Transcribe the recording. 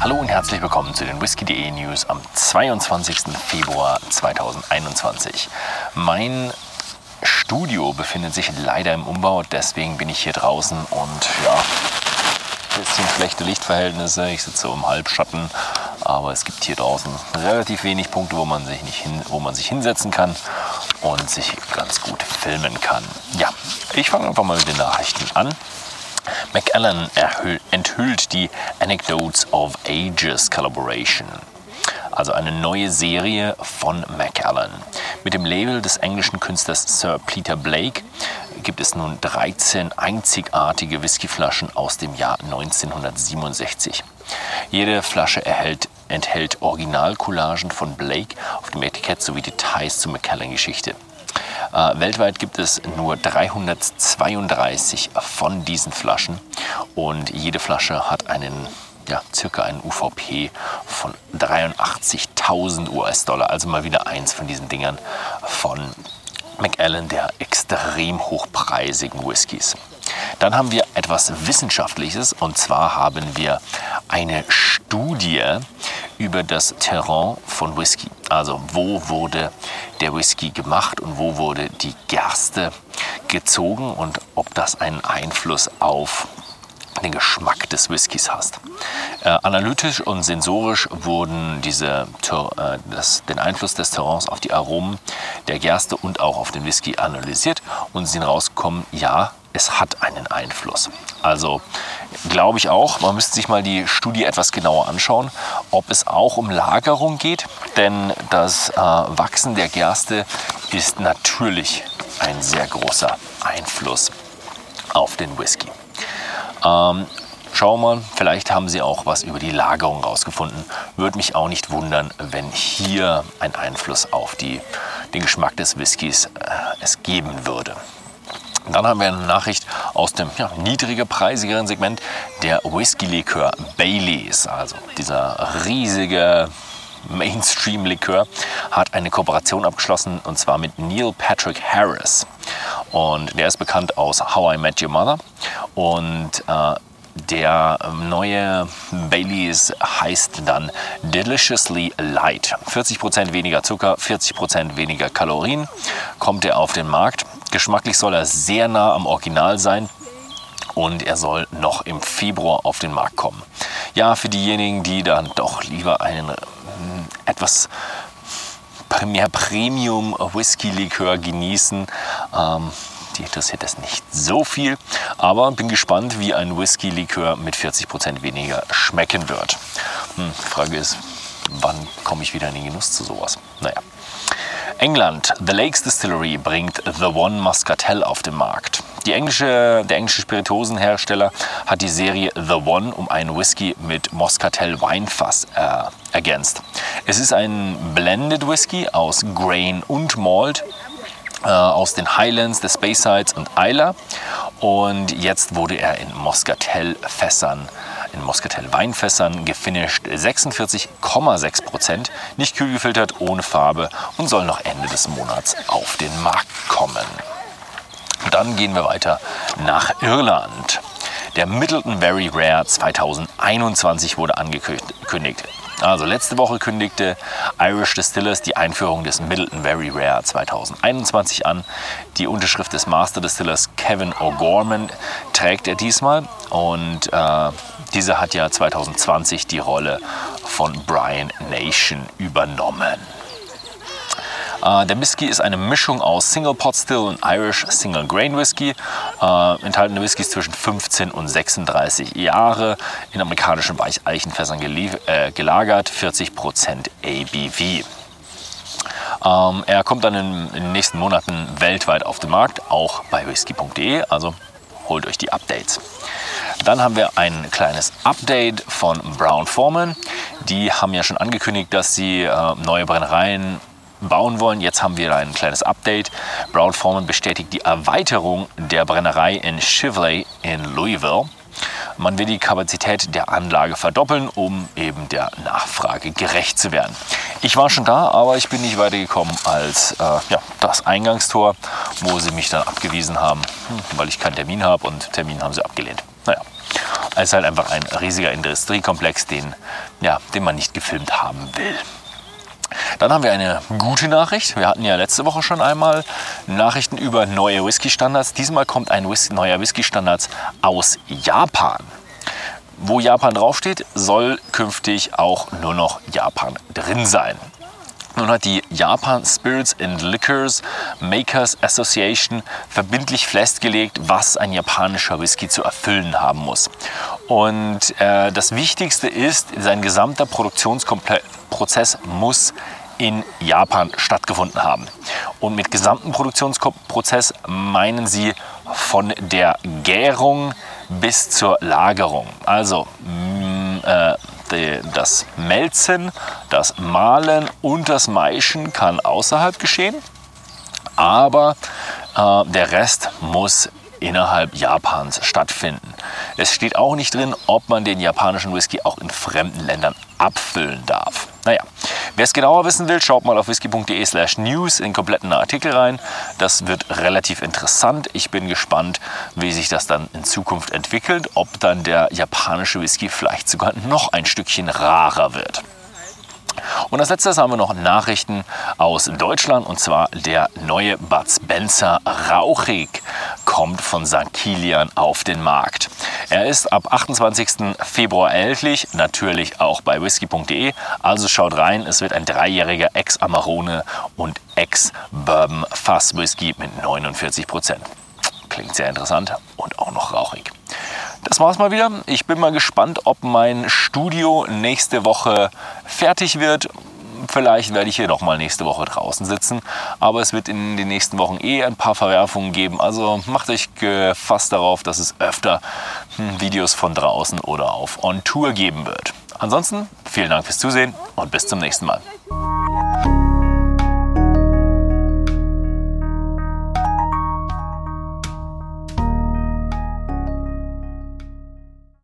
Hallo und herzlich willkommen zu den Whisky.de News am 22. Februar 2021. Mein Studio befindet sich leider im Umbau, deswegen bin ich hier draußen und ein bisschen schlechte Lichtverhältnisse. Ich sitze so im Halbschatten, aber es gibt hier draußen relativ wenig Punkte, wo man sich hinsetzen kann und sich ganz gut filmen kann. Ja, ich fange einfach mal mit den Nachrichten an. Macallan enthüllt die Anecdotes of Ages Collaboration, also eine neue Serie von Macallan. Mit dem Label des englischen Künstlers Sir Peter Blake gibt es nun 13 einzigartige Whiskyflaschen aus dem Jahr 1967. Jede Flasche enthält Originalcollagen von Blake auf dem Etikett sowie Details zur Macallan-Geschichte. Weltweit gibt es nur 332 von diesen Flaschen und jede Flasche hat circa einen UVP von 83.000 US-Dollar. Also mal wieder eins von diesen Dingern von Macallan, der extrem hochpreisigen Whiskys. Dann haben wir etwas Wissenschaftliches, und zwar haben wir eine Studie über das Terroir von Whisky. Also wo wurde der Whisky gemacht und wo wurde die Gerste gezogen und ob das einen Einfluss auf den Geschmack des Whiskys hast. Analytisch und sensorisch wurden den Einfluss des Terroirs auf die Aromen der Gerste und auch auf den Whisky analysiert und sind rausgekommen, ja, es hat einen Einfluss. Also glaube ich auch, man müsste sich mal die Studie etwas genauer anschauen, ob es auch um Lagerung geht, denn das Wachsen der Gerste ist natürlich ein sehr großer Einfluss auf den Whisky. Schauen wir mal, vielleicht haben Sie auch was über die Lagerung rausgefunden. Würde mich auch nicht wundern, wenn hier ein Einfluss auf den Geschmack des Whiskys es geben würde. Dann haben wir eine Nachricht aus dem niedriger, preisigeren Segment, der Whisky-Likör Baileys. Also dieser riesige Mainstream-Likör hat eine Kooperation abgeschlossen, und zwar mit Neil Patrick Harris. Und der ist bekannt aus How I Met Your Mother. Und der neue Baileys heißt dann Deliciously Light. 40% weniger Zucker, 40% weniger Kalorien kommt er auf den Markt. Geschmacklich soll er sehr nah am Original sein und er soll noch im Februar auf den Markt kommen. Ja, für diejenigen, die dann doch lieber einen etwas mehr Premium-Whisky-Likör genießen, die interessiert das nicht so viel, aber bin gespannt, wie ein Whisky-Likör mit 40% weniger schmecken wird. Die Frage ist, wann komme ich wieder in den Genuss zu sowas? Naja. England, The Lakes Distillery bringt The One Muscatel auf den Markt. Der englische Spirituosenhersteller hat die Serie The One um einen Whisky mit Moscatel Weinfass ergänzt. Es ist ein Blended Whisky aus Grain und Malt aus den Highlands, des Baysides und Islay, und jetzt wurde er in Moscatel-Weinfässern gefinisht, 46,6%, nicht kühl gefiltert, ohne Farbe und soll noch Ende des Monats auf den Markt kommen. Dann gehen wir weiter nach Irland. Der Midleton Very Rare 2021 wurde angekündigt. Also letzte Woche kündigte Irish Distillers die Einführung des Midleton Very Rare 2021 an. Die Unterschrift des Master Distillers Kevin O'Gorman trägt er diesmal, und dieser hat ja 2020 die Rolle von Brian Nation übernommen. Der Whisky ist eine Mischung aus Single Pot Still und Irish Single Grain Whisky. Enthaltene Whiskys zwischen 15 und 36 Jahre, in amerikanischen Weicheichenfässern gelagert, 40% ABV. Er kommt dann in den nächsten Monaten weltweit auf den Markt, auch bei whisky.de, also holt euch die Updates. Dann haben wir ein kleines Update von Brown-Forman. Die haben ja schon angekündigt, dass sie neue Brennereien bauen wollen. Jetzt haben wir ein kleines Update. Brown-Forman bestätigt die Erweiterung der Brennerei in Chivley in Louisville. Man will die Kapazität der Anlage verdoppeln, um eben der Nachfrage gerecht zu werden. Ich war schon da, aber ich bin nicht weitergekommen als das Eingangstor, wo sie mich dann abgewiesen haben, weil ich keinen Termin habe, und Termin haben sie abgelehnt. Naja, Es ist halt einfach ein riesiger Industriekomplex, den man nicht gefilmt haben will. Dann haben wir eine gute Nachricht. Wir hatten ja letzte Woche schon einmal Nachrichten über neue Whisky-Standards. Diesmal kommt ein neuer Whisky-Standard aus Japan. Wo Japan draufsteht, soll künftig auch nur noch Japan drin sein. Nun hat die Japan Spirits and Liquors Makers Association verbindlich festgelegt, was ein japanischer Whisky zu erfüllen haben muss. Und das Wichtigste ist, sein gesamter Produktionsprozess muss in Japan stattgefunden haben. Und mit gesamten Produktionsprozess meinen sie von der Gärung bis zur Lagerung. Also das Melzen, das Mahlen und das Maischen kann außerhalb geschehen, aber der Rest muss innerhalb Japans stattfinden. Es steht auch nicht drin, ob man den japanischen Whisky auch in fremden Ländern abfüllen darf. Naja, wer es genauer wissen will, schaut mal auf whisky.de/news in den kompletten Artikel rein. Das wird relativ interessant. Ich bin gespannt, wie sich das dann in Zukunft entwickelt, ob dann der japanische Whisky vielleicht sogar noch ein Stückchen rarer wird. Und als letztes haben wir noch Nachrichten aus Deutschland, und zwar der neue Bud Spencer Rauchig kommt von St. Kilian auf den Markt. Er ist ab 28. Februar erhältlich, natürlich auch bei whisky.de, also schaut rein, es wird ein 3-jähriger Ex-Amarone und Ex-Bourbon Fass-Whisky mit 49%. Klingt sehr interessant und auch noch rauchig. Das war's mal wieder. Ich bin mal gespannt, ob mein Studio nächste Woche fertig wird. Vielleicht werde ich hier noch mal nächste Woche draußen sitzen. Aber es wird in den nächsten Wochen ein paar Verwerfungen geben. Also macht euch gefasst darauf, dass es öfter Videos von draußen oder auf On Tour geben wird. Ansonsten vielen Dank fürs Zusehen und bis zum nächsten Mal.